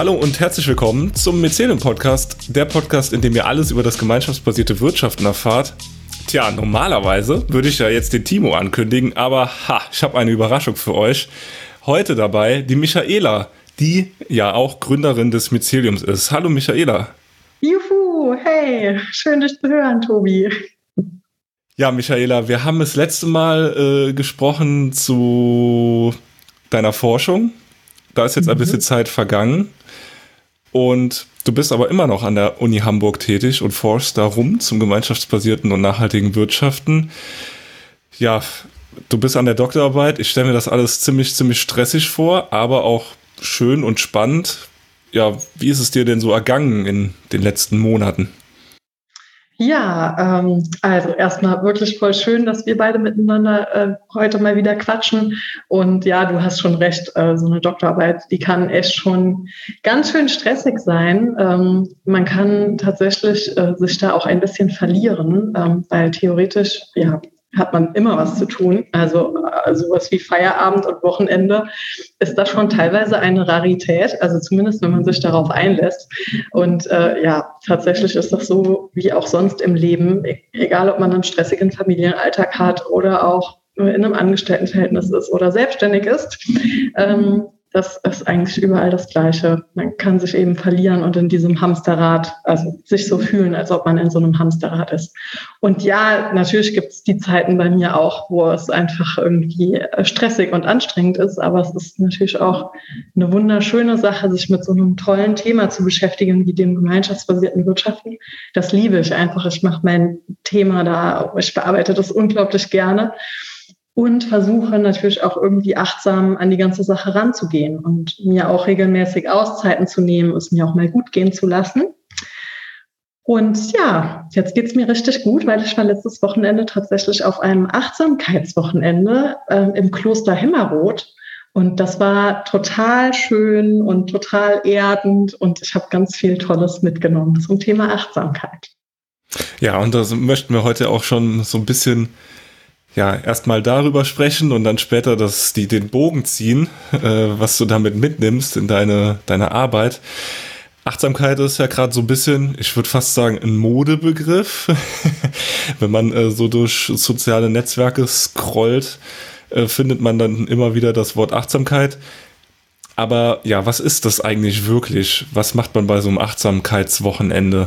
Hallo und herzlich willkommen zum Mäzenen-Podcast, der Podcast, in dem ihr alles über das gemeinschaftsbasierte Wirtschaften erfahrt. Tja, normalerweise würde ich ja jetzt den Timo ankündigen, aber ich habe eine Überraschung für euch. Heute dabei die Michaela, die ja auch Gründerin des Myceliums ist. Hallo Michaela. Juhu, hey, schön dich zu hören, Tobi. Ja, Michaela, wir haben das letzte Mal gesprochen zu deiner Forschung. Da ist jetzt ein bisschen Zeit vergangen. Und du bist aber immer noch an der Uni Hamburg tätig und forschst darum zum gemeinschaftsbasierten und nachhaltigen Wirtschaften. Ja, du bist an der Doktorarbeit. Ich stelle mir das alles ziemlich stressig vor, aber auch schön und spannend. Ja, wie ist es dir denn so ergangen in den letzten Monaten? Ja, also erstmal wirklich voll schön, dass wir beide miteinander heute mal wieder quatschen. Und ja, du hast schon recht, so eine Doktorarbeit, die kann echt schon ganz schön stressig sein. Man kann tatsächlich sich da auch ein bisschen verlieren, weil theoretisch, ja, hat man immer was zu tun. Also sowas wie Feierabend und Wochenende ist das schon teilweise eine Rarität, also zumindest wenn man sich darauf einlässt. Und ja, tatsächlich ist das so wie auch sonst im Leben, egal ob man einen stressigen Familienalltag hat oder auch in einem Angestelltenverhältnis ist oder selbstständig ist. Das ist eigentlich überall das Gleiche. Man kann sich eben verlieren und in diesem Hamsterrad, also sich so fühlen, als ob man in so einem Hamsterrad ist. Und ja, natürlich gibt es die Zeiten bei mir auch, wo es einfach irgendwie stressig und anstrengend ist, aber es ist natürlich auch eine wunderschöne Sache, sich mit so einem tollen Thema zu beschäftigen, wie dem gemeinschaftsbasierten Wirtschaften. Das liebe ich einfach. Ich mache mein Thema da, ich bearbeite das unglaublich gerne. Und versuche natürlich auch irgendwie achtsam an die ganze Sache ranzugehen und mir auch regelmäßig Auszeiten zu nehmen, es mir auch mal gut gehen zu lassen. Und ja, jetzt geht's mir richtig gut, weil ich war letztes Wochenende tatsächlich auf einem Achtsamkeitswochenende im Kloster Himmerod. Und das war total schön und total erdend und ich habe ganz viel Tolles mitgenommen zum Thema Achtsamkeit. Ja, und da möchten wir heute auch schon so ein bisschen erstmal darüber sprechen und dann später den Bogen ziehen, was du damit mitnimmst in deine Arbeit. Achtsamkeit ist ja gerade so ein bisschen, ich würde fast sagen, ein Modebegriff. Wenn man so durch soziale Netzwerke scrollt, findet man dann immer wieder das Wort Achtsamkeit. Aber ja, was ist das eigentlich wirklich? Was macht man bei so einem Achtsamkeitswochenende?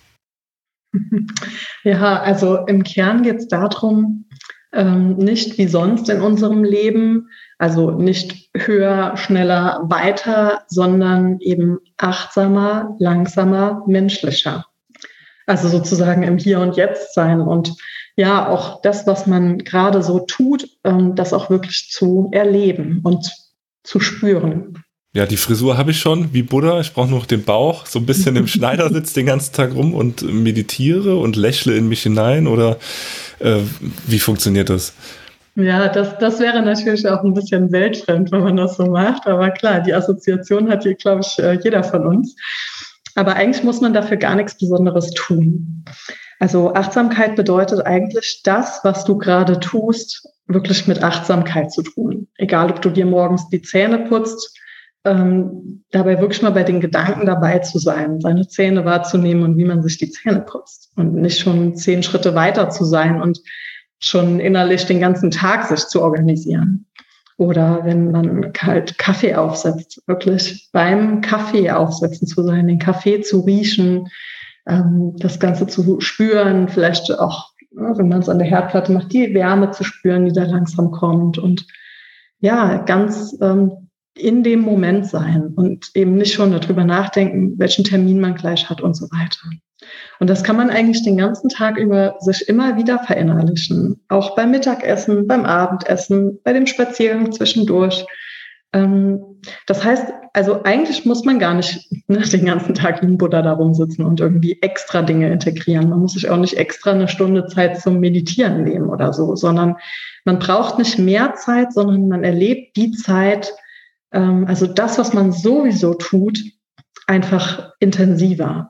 Ja, also im Kern geht es darum, nicht wie sonst in unserem Leben, also nicht höher, schneller, weiter, sondern eben achtsamer, langsamer, menschlicher. Also sozusagen im Hier und Jetzt sein und ja, auch das, was man gerade so tut, das auch wirklich zu erleben und zu spüren. Ja, die Frisur habe ich schon, wie Buddha. Ich brauche nur noch den Bauch, so ein bisschen im Schneidersitz den ganzen Tag rum und meditiere und lächle in mich hinein oder wie funktioniert das? Ja, das wäre natürlich auch ein bisschen weltfremd, wenn man das so macht. Aber klar, die Assoziation hat hier, glaube ich, jeder von uns. Aber eigentlich muss man dafür gar nichts Besonderes tun. Also Achtsamkeit bedeutet eigentlich das, was du gerade tust, wirklich mit Achtsamkeit zu tun. Egal, ob du dir morgens die Zähne putzt, dabei wirklich mal bei den Gedanken dabei zu sein, seine Zähne wahrzunehmen und wie man sich die Zähne putzt und nicht schon 10 Schritte weiter zu sein und schon innerlich den ganzen Tag sich zu organisieren. Oder wenn man halt Kaffee aufsetzt, wirklich beim Kaffee aufsetzen zu sein, den Kaffee zu riechen, das Ganze zu spüren, vielleicht auch, wenn man es an der Herdplatte macht, die Wärme zu spüren, die da langsam kommt und ja, ganz in dem Moment sein und eben nicht schon darüber nachdenken, welchen Termin man gleich hat und so weiter. Und das kann man eigentlich den ganzen Tag über sich immer wieder verinnerlichen. Auch beim Mittagessen, beim Abendessen, bei dem Spaziergang zwischendurch. Das heißt, also eigentlich muss man gar nicht den ganzen Tag wie ein Buddha da rumsitzen und irgendwie extra Dinge integrieren. Man muss sich auch nicht extra eine Stunde Zeit zum Meditieren nehmen oder so, sondern man braucht nicht mehr Zeit, sondern man erlebt die Zeit, also das, was man sowieso tut, einfach intensiver.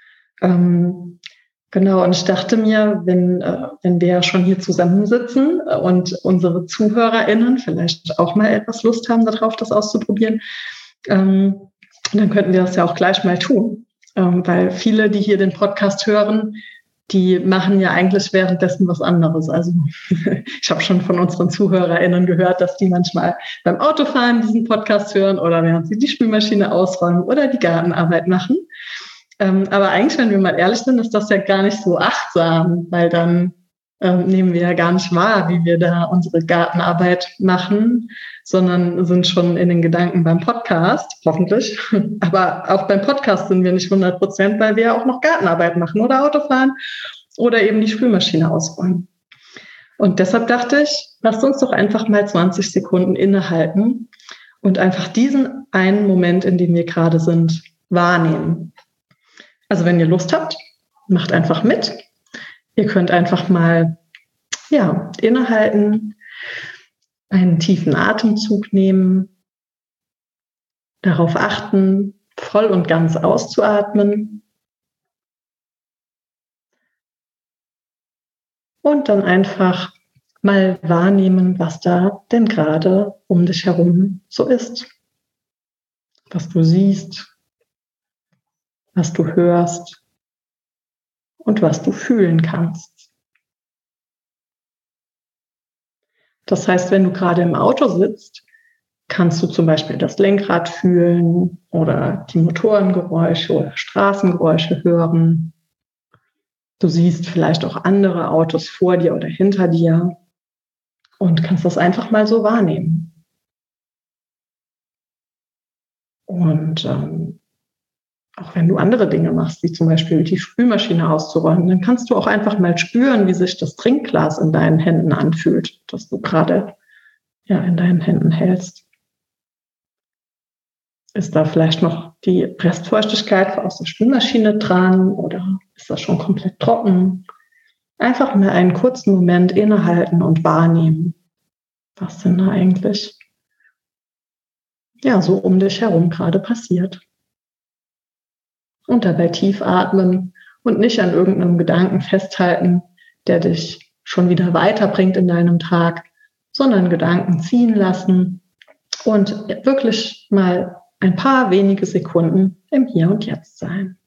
Genau, und ich dachte mir, wenn wir schon hier zusammensitzen und unsere ZuhörerInnen vielleicht auch mal etwas Lust haben darauf, das auszuprobieren, Und dann könnten wir das ja auch gleich mal tun, weil viele, die hier den Podcast hören, die machen ja eigentlich währenddessen was anderes. Also ich habe schon von unseren ZuhörerInnen gehört, dass die manchmal beim Autofahren diesen Podcast hören oder während sie die Spülmaschine ausräumen oder die Gartenarbeit machen. Aber eigentlich, wenn wir mal ehrlich sind, ist das ja gar nicht so achtsam, weil dann nehmen wir ja gar nicht wahr, wie wir da unsere Gartenarbeit machen, sondern sind schon in den Gedanken beim Podcast, hoffentlich. Aber auch beim Podcast sind wir nicht 100%, weil wir ja auch noch Gartenarbeit machen oder Autofahren oder eben die Spülmaschine ausräumen. Und deshalb dachte ich, lasst uns doch einfach mal 20 Sekunden innehalten und einfach diesen einen Moment, in dem wir gerade sind, wahrnehmen. Also wenn ihr Lust habt, macht einfach mit. Ihr könnt einfach mal innehalten, einen tiefen Atemzug nehmen, darauf achten, voll und ganz auszuatmen und dann einfach mal wahrnehmen, was da denn gerade um dich herum so ist. Was du siehst, was du hörst und was du fühlen kannst. Das heißt, wenn du gerade im Auto sitzt, kannst du zum Beispiel das Lenkrad fühlen oder die Motorengeräusche oder Straßengeräusche hören. Du siehst vielleicht auch andere Autos vor dir oder hinter dir und kannst das einfach mal so wahrnehmen. Und auch wenn du andere Dinge machst, wie zum Beispiel die Spülmaschine auszuräumen, dann kannst du auch einfach mal spüren, wie sich das Trinkglas in deinen Händen anfühlt, das du gerade in deinen Händen hältst. Ist da vielleicht noch die Restfeuchtigkeit aus der Spülmaschine dran oder ist das schon komplett trocken? Einfach mal einen kurzen Moment innehalten und wahrnehmen, was denn da eigentlich so um dich herum gerade passiert. Und dabei tief atmen und nicht an irgendeinem Gedanken festhalten, der dich schon wieder weiterbringt in deinem Tag, sondern Gedanken ziehen lassen und wirklich mal ein paar wenige Sekunden im Hier und Jetzt sein.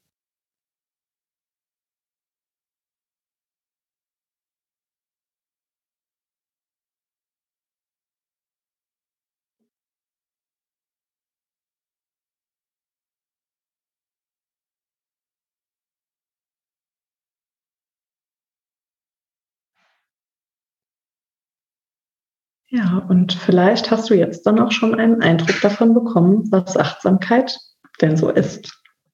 Ja, und vielleicht hast du jetzt dann auch schon einen Eindruck davon bekommen, was Achtsamkeit denn so ist.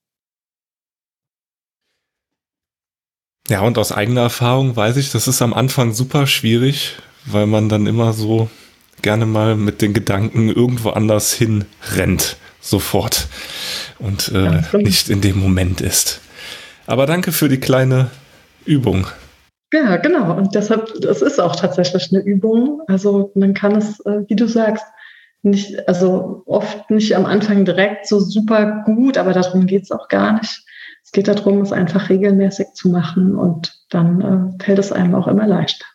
Ja, und aus eigener Erfahrung weiß ich, das ist am Anfang super schwierig, weil man dann immer so gerne mal mit den Gedanken irgendwo anders hin rennt, sofort und nicht in dem Moment ist. Aber danke für die kleine Übung. Ja, genau. Und deshalb, das ist auch tatsächlich eine Übung. Also man kann es, wie du sagst, oft nicht am Anfang direkt so super gut, aber darum geht es auch gar nicht. Es geht darum, es einfach regelmäßig zu machen und dann fällt es einem auch immer leichter.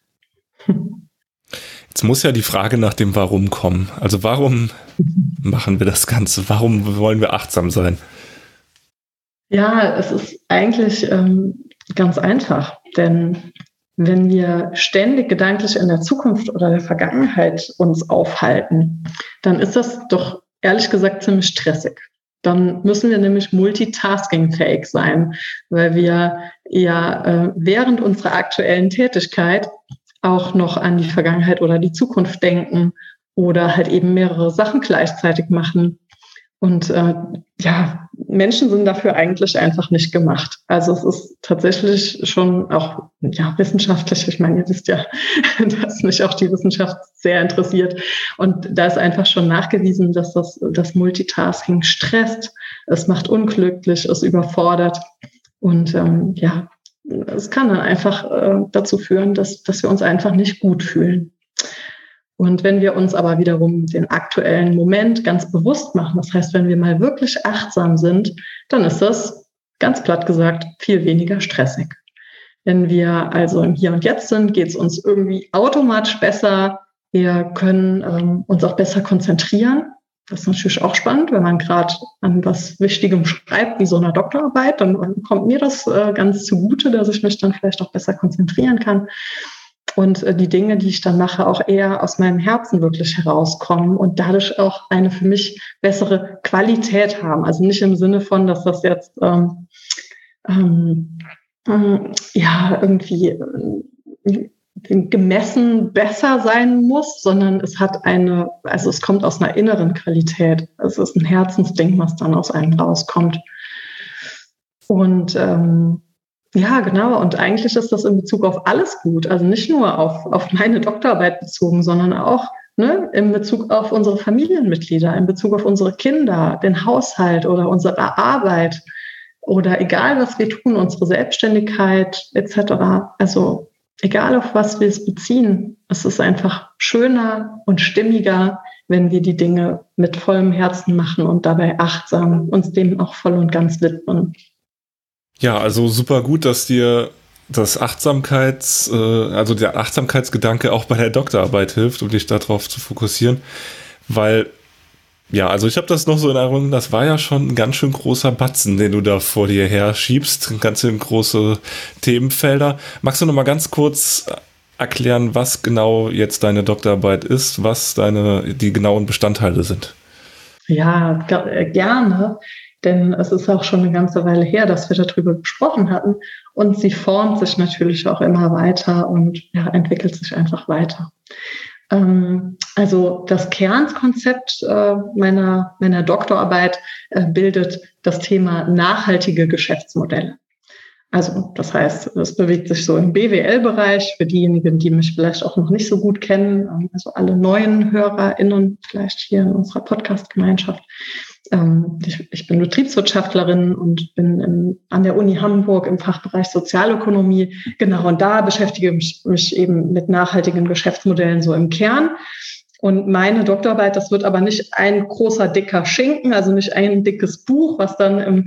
Jetzt muss ja die Frage nach dem Warum kommen. Also warum machen wir das Ganze? Warum wollen wir achtsam sein? Ja, es ist eigentlich ganz einfach, denn wenn wir ständig gedanklich in der Zukunft oder der Vergangenheit uns aufhalten, dann ist das doch ehrlich gesagt ziemlich stressig. Dann müssen wir nämlich multitaskingfähig sein, weil wir während unserer aktuellen Tätigkeit auch noch an die Vergangenheit oder die Zukunft denken oder halt eben mehrere Sachen gleichzeitig machen. Und Menschen sind dafür eigentlich einfach nicht gemacht. Also es ist tatsächlich schon auch wissenschaftlich, ich meine, ihr wisst ja, dass mich auch die Wissenschaft sehr interessiert. Und da ist einfach schon nachgewiesen, dass das Multitasking stresst, es macht unglücklich, es überfordert. Und es kann dann einfach dazu führen, dass wir uns einfach nicht gut fühlen. Und wenn wir uns aber wiederum den aktuellen Moment ganz bewusst machen, das heißt, wenn wir mal wirklich achtsam sind, dann ist das, ganz platt gesagt, viel weniger stressig. Wenn wir also im Hier und Jetzt sind, geht es uns irgendwie automatisch besser. Wir können uns auch besser konzentrieren. Das ist natürlich auch spannend, wenn man gerade an was Wichtigem schreibt, wie so eine Doktorarbeit, dann kommt mir das ganz zugute, dass ich mich dann vielleicht auch besser konzentrieren kann. Und die Dinge, die ich dann mache, auch eher aus meinem Herzen wirklich herauskommen und dadurch auch eine für mich bessere Qualität haben. Also nicht im Sinne von, dass das jetzt irgendwie gemessen besser sein muss, sondern es kommt aus einer inneren Qualität. Es ist ein Herzensding, was dann aus einem rauskommt. Und ja, genau. Und eigentlich ist das in Bezug auf alles gut. Also nicht nur auf meine Doktorarbeit bezogen, sondern auch in Bezug auf unsere Familienmitglieder, in Bezug auf unsere Kinder, den Haushalt oder unsere Arbeit oder egal, was wir tun, unsere Selbstständigkeit etc. Also egal, auf was wir es beziehen, es ist einfach schöner und stimmiger, wenn wir die Dinge mit vollem Herzen machen und dabei achtsam uns dem auch voll und ganz widmen. Ja, also super gut, dass dir das der Achtsamkeitsgedanke auch bei der Doktorarbeit hilft, um dich darauf zu fokussieren, weil ja, also ich habe das noch so in Erinnerung, das war ja schon ein ganz schön großer Batzen, den du da vor dir her schiebst, ganz schön große Themenfelder. Magst du noch mal ganz kurz erklären, was genau jetzt deine Doktorarbeit ist, was die genauen Bestandteile sind? Ja, gerne, denn es ist auch schon eine ganze Weile her, dass wir darüber gesprochen hatten und sie formt sich natürlich auch immer weiter und ja, entwickelt sich einfach weiter. Also das Kernkonzept meiner Doktorarbeit bildet das Thema nachhaltige Geschäftsmodelle. Also das heißt, es bewegt sich so im BWL-Bereich für diejenigen, die mich vielleicht auch noch nicht so gut kennen, also alle neuen HörerInnen vielleicht hier in unserer Podcast-Gemeinschaft. Ich bin Betriebswirtschaftlerin und bin an der Uni Hamburg im Fachbereich Sozialökonomie. Genau, und da beschäftige ich mich eben mit nachhaltigen Geschäftsmodellen so im Kern. Und meine Doktorarbeit, das wird aber nicht ein großer, dicker Schinken, also nicht ein dickes Buch, was dann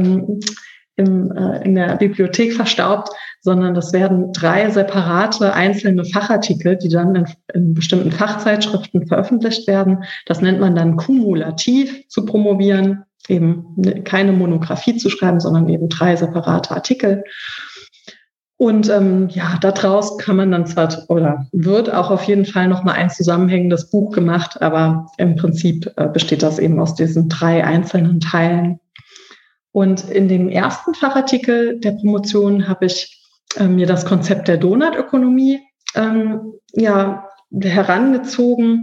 in der Bibliothek verstaubt, sondern das werden 3 separate einzelne Fachartikel, die dann in bestimmten Fachzeitschriften veröffentlicht werden. Das nennt man dann kumulativ zu promovieren, eben keine Monographie zu schreiben, sondern eben 3 separate Artikel. Und daraus kann man dann wird auch auf jeden Fall nochmal ein zusammenhängendes Buch gemacht, aber im Prinzip besteht das eben aus diesen 3 einzelnen Teilen. Und in dem ersten Fachartikel der Promotion habe ich mir das Konzept der Donutökonomie herangezogen.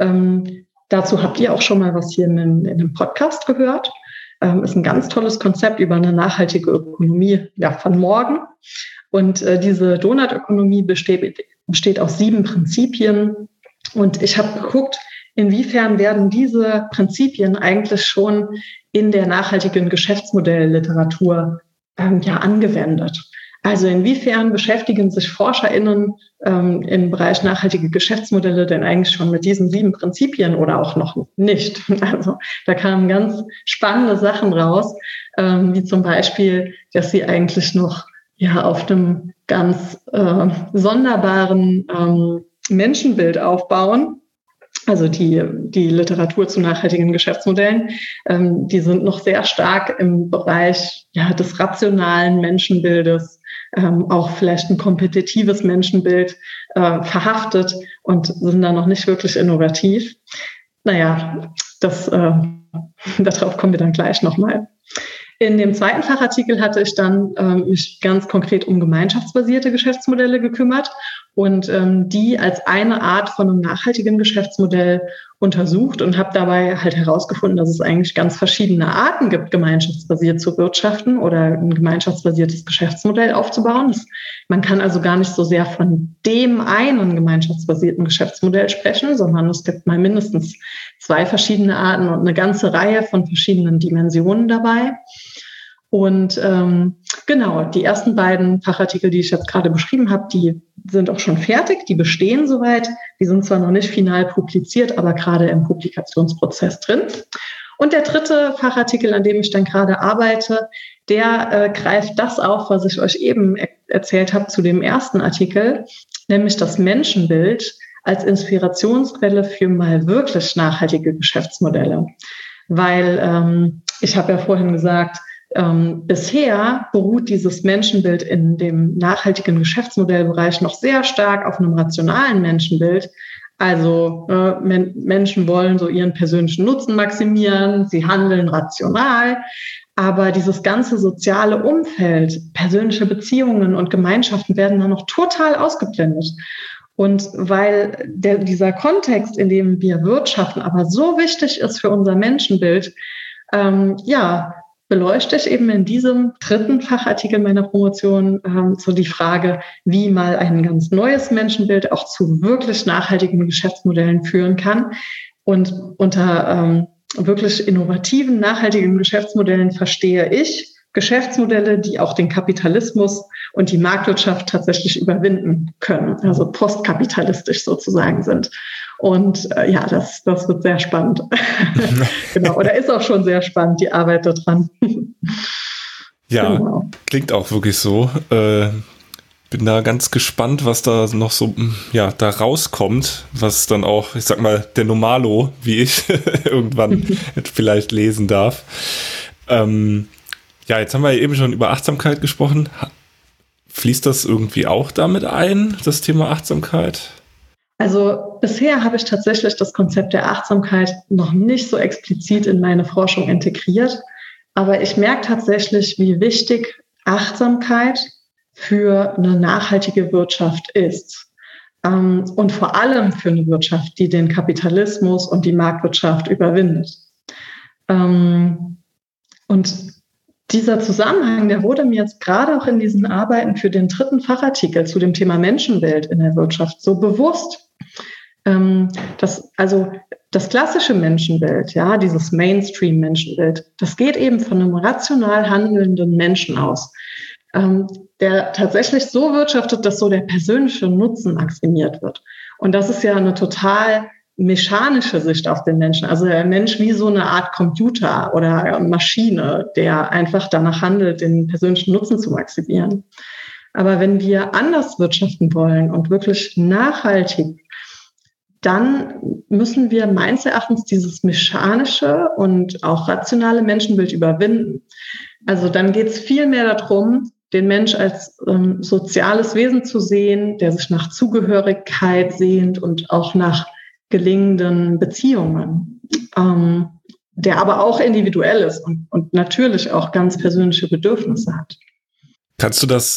Dazu habt ihr auch schon mal was hier in einem Podcast gehört. Ist ein ganz tolles Konzept über eine nachhaltige Ökonomie von morgen. Und diese Donutökonomie besteht aus 7 Prinzipien. Und ich habe geguckt, inwiefern werden diese Prinzipien eigentlich schon in der nachhaltigen Geschäftsmodellliteratur angewendet? Also inwiefern beschäftigen sich ForscherInnen im Bereich nachhaltige Geschäftsmodelle denn eigentlich schon mit diesen 7 Prinzipien oder auch noch nicht? Also da kamen ganz spannende Sachen raus, wie zum Beispiel, dass sie eigentlich noch auf einem ganz sonderbaren Menschenbild aufbauen. Also die Literatur zu nachhaltigen Geschäftsmodellen, die sind noch sehr stark im Bereich des rationalen Menschenbildes, auch vielleicht ein kompetitives Menschenbild verhaftet und sind da noch nicht wirklich innovativ. Naja, darauf kommen wir dann gleich nochmal. In dem zweiten Fachartikel hatte ich dann mich ganz konkret um gemeinschaftsbasierte Geschäftsmodelle gekümmert und die als eine Art von einem nachhaltigen Geschäftsmodell untersucht und habe dabei halt herausgefunden, dass es eigentlich ganz verschiedene Arten gibt, gemeinschaftsbasiert zu wirtschaften oder ein gemeinschaftsbasiertes Geschäftsmodell aufzubauen. Man kann also gar nicht so sehr von dem einen gemeinschaftsbasierten Geschäftsmodell sprechen, sondern es gibt mal mindestens 2 verschiedene Arten und eine ganze Reihe von verschiedenen Dimensionen dabei. Und die ersten beiden Fachartikel, die ich jetzt gerade beschrieben habe, die sind auch schon fertig, die bestehen soweit. Die sind zwar noch nicht final publiziert, aber gerade im Publikationsprozess drin. Und der dritte Fachartikel, an dem ich dann gerade arbeite, der greift das auf, was ich euch eben erzählt habe zu dem ersten Artikel, nämlich das Menschenbild als Inspirationsquelle für mal wirklich nachhaltige Geschäftsmodelle. Weil ich habe ja vorhin gesagt, bisher beruht dieses Menschenbild in dem nachhaltigen Geschäftsmodellbereich noch sehr stark auf einem rationalen Menschenbild. Also Menschen wollen so ihren persönlichen Nutzen maximieren, sie handeln rational, aber dieses ganze soziale Umfeld, persönliche Beziehungen und Gemeinschaften werden dann noch total ausgeblendet. Und weil dieser Kontext, in dem wir wirtschaften, aber so wichtig ist für unser Menschenbild, beleuchte ich eben in diesem 3. Fachartikel meiner Promotion so die Frage, wie mal ein ganz neues Menschenbild auch zu wirklich nachhaltigen Geschäftsmodellen führen kann. Und unter wirklich innovativen, nachhaltigen Geschäftsmodellen verstehe ich Geschäftsmodelle, die auch den Kapitalismus und die Marktwirtschaft tatsächlich überwinden können, also postkapitalistisch sozusagen sind. Und das wird sehr spannend. Genau, oder ist auch schon sehr spannend, die Arbeit daran. Ja, genau. Klingt auch wirklich so. Bin da ganz gespannt, was da noch so da rauskommt, was dann auch, ich sag mal, der Normalo, wie ich, irgendwann vielleicht lesen darf. Jetzt haben wir eben schon über Achtsamkeit gesprochen. Fließt das irgendwie auch damit ein, das Thema Achtsamkeit? Also bisher habe ich tatsächlich das Konzept der Achtsamkeit noch nicht so explizit in meine Forschung integriert. Aber ich merke tatsächlich, wie wichtig Achtsamkeit für eine nachhaltige Wirtschaft ist. Und vor allem für eine Wirtschaft, die den Kapitalismus und die Marktwirtschaft überwindet. Und dieser Zusammenhang, der wurde mir jetzt gerade auch in diesen Arbeiten für den 3. Fachartikel zu dem Thema Menschenbild in der Wirtschaft so bewusst. Das klassische Menschenbild, dieses Mainstream-Menschenbild, das geht eben von einem rational handelnden Menschen aus, der tatsächlich so wirtschaftet, dass so der persönliche Nutzen maximiert wird. Und das ist ja eine total mechanische Sicht auf den Menschen. Also der Mensch wie so eine Art Computer oder Maschine, der einfach danach handelt, den persönlichen Nutzen zu maximieren. Aber wenn wir anders wirtschaften wollen und wirklich nachhaltig, dann müssen wir meines Erachtens dieses mechanische und auch rationale Menschenbild überwinden. Also dann geht es viel mehr darum, den Mensch als soziales Wesen zu sehen, der sich nach Zugehörigkeit sehnt und auch nach gelingenden Beziehungen, der aber auch individuell ist und natürlich auch ganz persönliche Bedürfnisse hat. Kannst du das,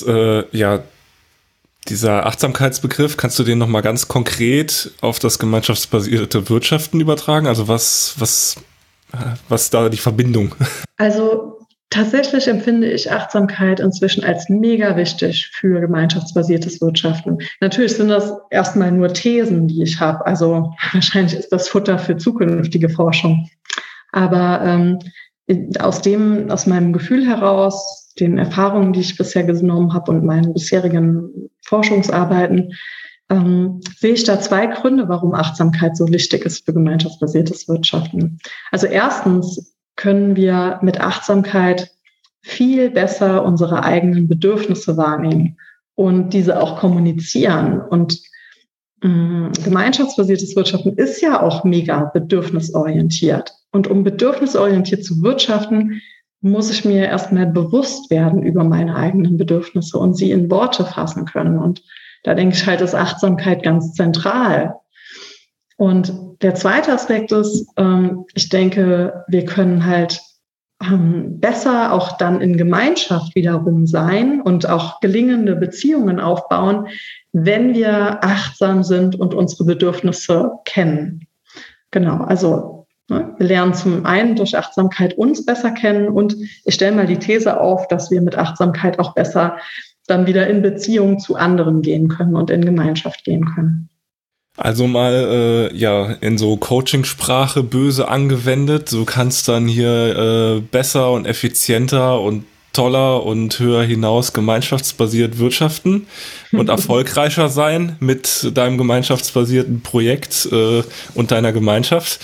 dieser Achtsamkeitsbegriff, kannst du den nochmal ganz konkret auf das gemeinschaftsbasierte Wirtschaften übertragen? Also was da die Verbindung? Also tatsächlich empfinde ich Achtsamkeit inzwischen als mega wichtig für gemeinschaftsbasiertes Wirtschaften. Natürlich sind das erstmal nur Thesen, die ich habe. Also wahrscheinlich ist das Futter für zukünftige Forschung. Aber aus meinem Gefühl heraus, den Erfahrungen, die ich bisher genommen habe und meinen bisherigen Forschungsarbeiten, sehe ich da 2 Gründe, warum Achtsamkeit so wichtig ist für gemeinschaftsbasiertes Wirtschaften. Also erstens können wir mit Achtsamkeit viel besser unsere eigenen Bedürfnisse wahrnehmen und diese auch kommunizieren. Und gemeinschaftsbasiertes Wirtschaften ist ja auch mega bedürfnisorientiert. Und um bedürfnisorientiert zu wirtschaften, muss ich mir erstmal bewusst werden über meine eigenen Bedürfnisse und sie in Worte fassen können. Und da denke ich halt, ist Achtsamkeit ganz zentral. Und der zweite Aspekt ist, ich denke, wir können halt besser auch dann in Gemeinschaft wiederum sein und auch gelingende Beziehungen aufbauen, wenn wir achtsam sind und unsere Bedürfnisse kennen. Genau, also wir lernen zum einen durch Achtsamkeit uns besser kennen und ich stelle mal die These auf, dass wir mit Achtsamkeit auch besser dann wieder in Beziehung zu anderen gehen können und in Gemeinschaft gehen können. Also mal in so Coaching-Sprache böse angewendet, du kannst dann hier besser und effizienter und toller und höher hinaus gemeinschaftsbasiert wirtschaften und erfolgreicher sein mit deinem gemeinschaftsbasierten Projekt und deiner Gemeinschaft.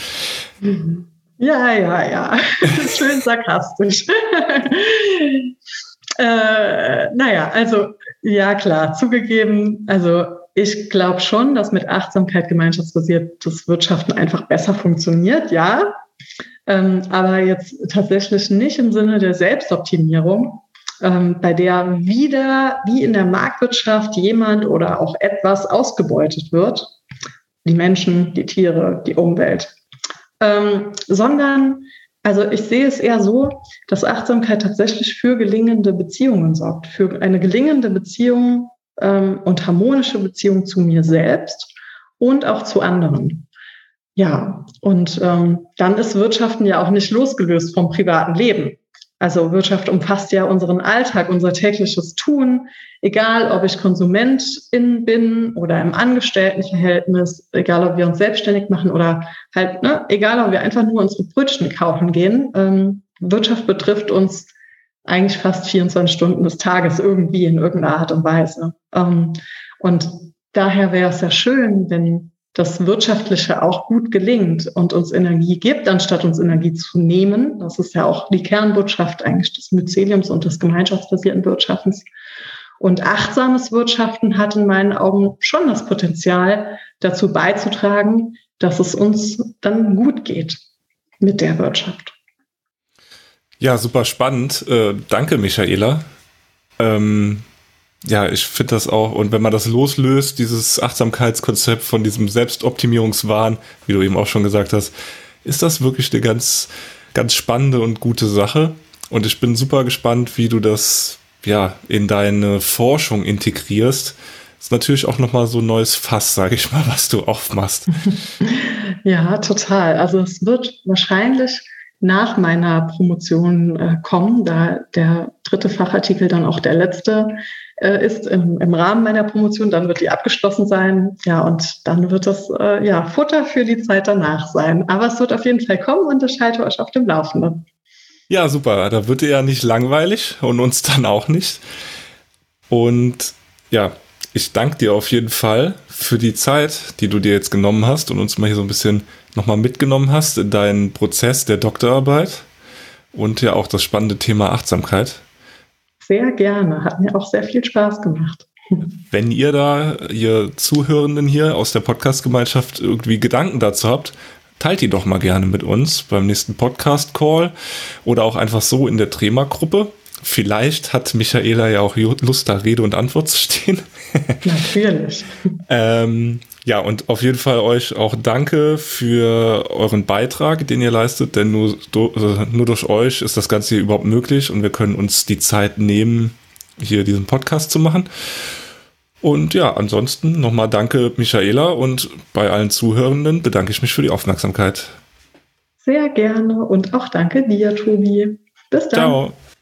Ja. Schön sarkastisch. Also, ja klar, zugegeben, also ich glaube schon, dass mit Achtsamkeit gemeinschaftsbasiertes Wirtschaften einfach besser funktioniert, ja. Aber jetzt tatsächlich nicht im Sinne der Selbstoptimierung, bei der wieder wie in der Marktwirtschaft jemand oder auch etwas ausgebeutet wird. Die Menschen, die Tiere, die Umwelt. Sondern, also ich sehe es eher so, dass Achtsamkeit tatsächlich für gelingende Beziehungen sorgt, für eine gelingende Beziehung und harmonische Beziehung zu mir selbst und auch zu anderen. Ja, und dann ist Wirtschaften ja auch nicht losgelöst vom privaten Leben. Also Wirtschaft umfasst ja unseren Alltag, unser tägliches Tun, egal ob ich Konsumentin bin oder im Angestelltenverhältnis, egal ob wir uns selbstständig machen oder halt, egal ob wir einfach nur unsere Brötchen kaufen gehen. Wirtschaft betrifft uns eigentlich fast 24 Stunden des Tages irgendwie in irgendeiner Art und Weise. Und daher wäre es ja schön, wenn das Wirtschaftliche auch gut gelingt und uns Energie gibt, anstatt uns Energie zu nehmen. Das ist ja auch die Kernbotschaft eigentlich des Myceliums und des gemeinschaftsbasierten Wirtschaftens. Und achtsames Wirtschaften hat in meinen Augen schon das Potenzial, dazu beizutragen, dass es uns dann gut geht mit der Wirtschaft. Ja, super spannend. Danke, Michaela. Ja, ich finde das auch, und wenn man das loslöst, dieses Achtsamkeitskonzept von diesem Selbstoptimierungswahn, wie du eben auch schon gesagt hast, ist das wirklich eine ganz, ganz spannende und gute Sache. Und ich bin super gespannt, wie du das ja in deine Forschung integrierst. Ist natürlich auch nochmal so ein neues Fass, sage ich mal, was du aufmachst. Ja, total. Also es wird wahrscheinlich nach meiner Promotion kommen, da der 3. Fachartikel dann auch der letzte ist im Rahmen meiner Promotion. Dann wird die abgeschlossen sein. Ja, und dann wird das Futter für die Zeit danach sein. Aber es wird auf jeden Fall kommen und ich halte euch auf dem Laufenden. Ja, super. Da wird dir ja nicht langweilig und uns dann auch nicht. Und ja, ich danke dir auf jeden Fall für die Zeit, die du dir jetzt genommen hast und uns mal hier so ein bisschen nochmal mitgenommen hast in deinen Prozess der Doktorarbeit und ja auch das spannende Thema Achtsamkeit. Sehr gerne. Hat mir auch sehr viel Spaß gemacht. Wenn ihr Zuhörenden hier aus der Podcast-Gemeinschaft irgendwie Gedanken dazu habt, teilt die doch mal gerne mit uns beim nächsten Podcast-Call oder auch einfach so in der Trema-Gruppe. Vielleicht hat Michaela ja auch Lust, da Rede und Antwort zu stehen. Natürlich. Ja, und auf jeden Fall euch auch danke für euren Beitrag, den ihr leistet, denn nur durch euch ist das Ganze hier überhaupt möglich und wir können uns die Zeit nehmen, hier diesen Podcast zu machen. Und ja, ansonsten nochmal danke, Michaela, und bei allen Zuhörenden bedanke ich mich für die Aufmerksamkeit. Sehr gerne und auch danke dir, Tobi. Bis dann. Ciao.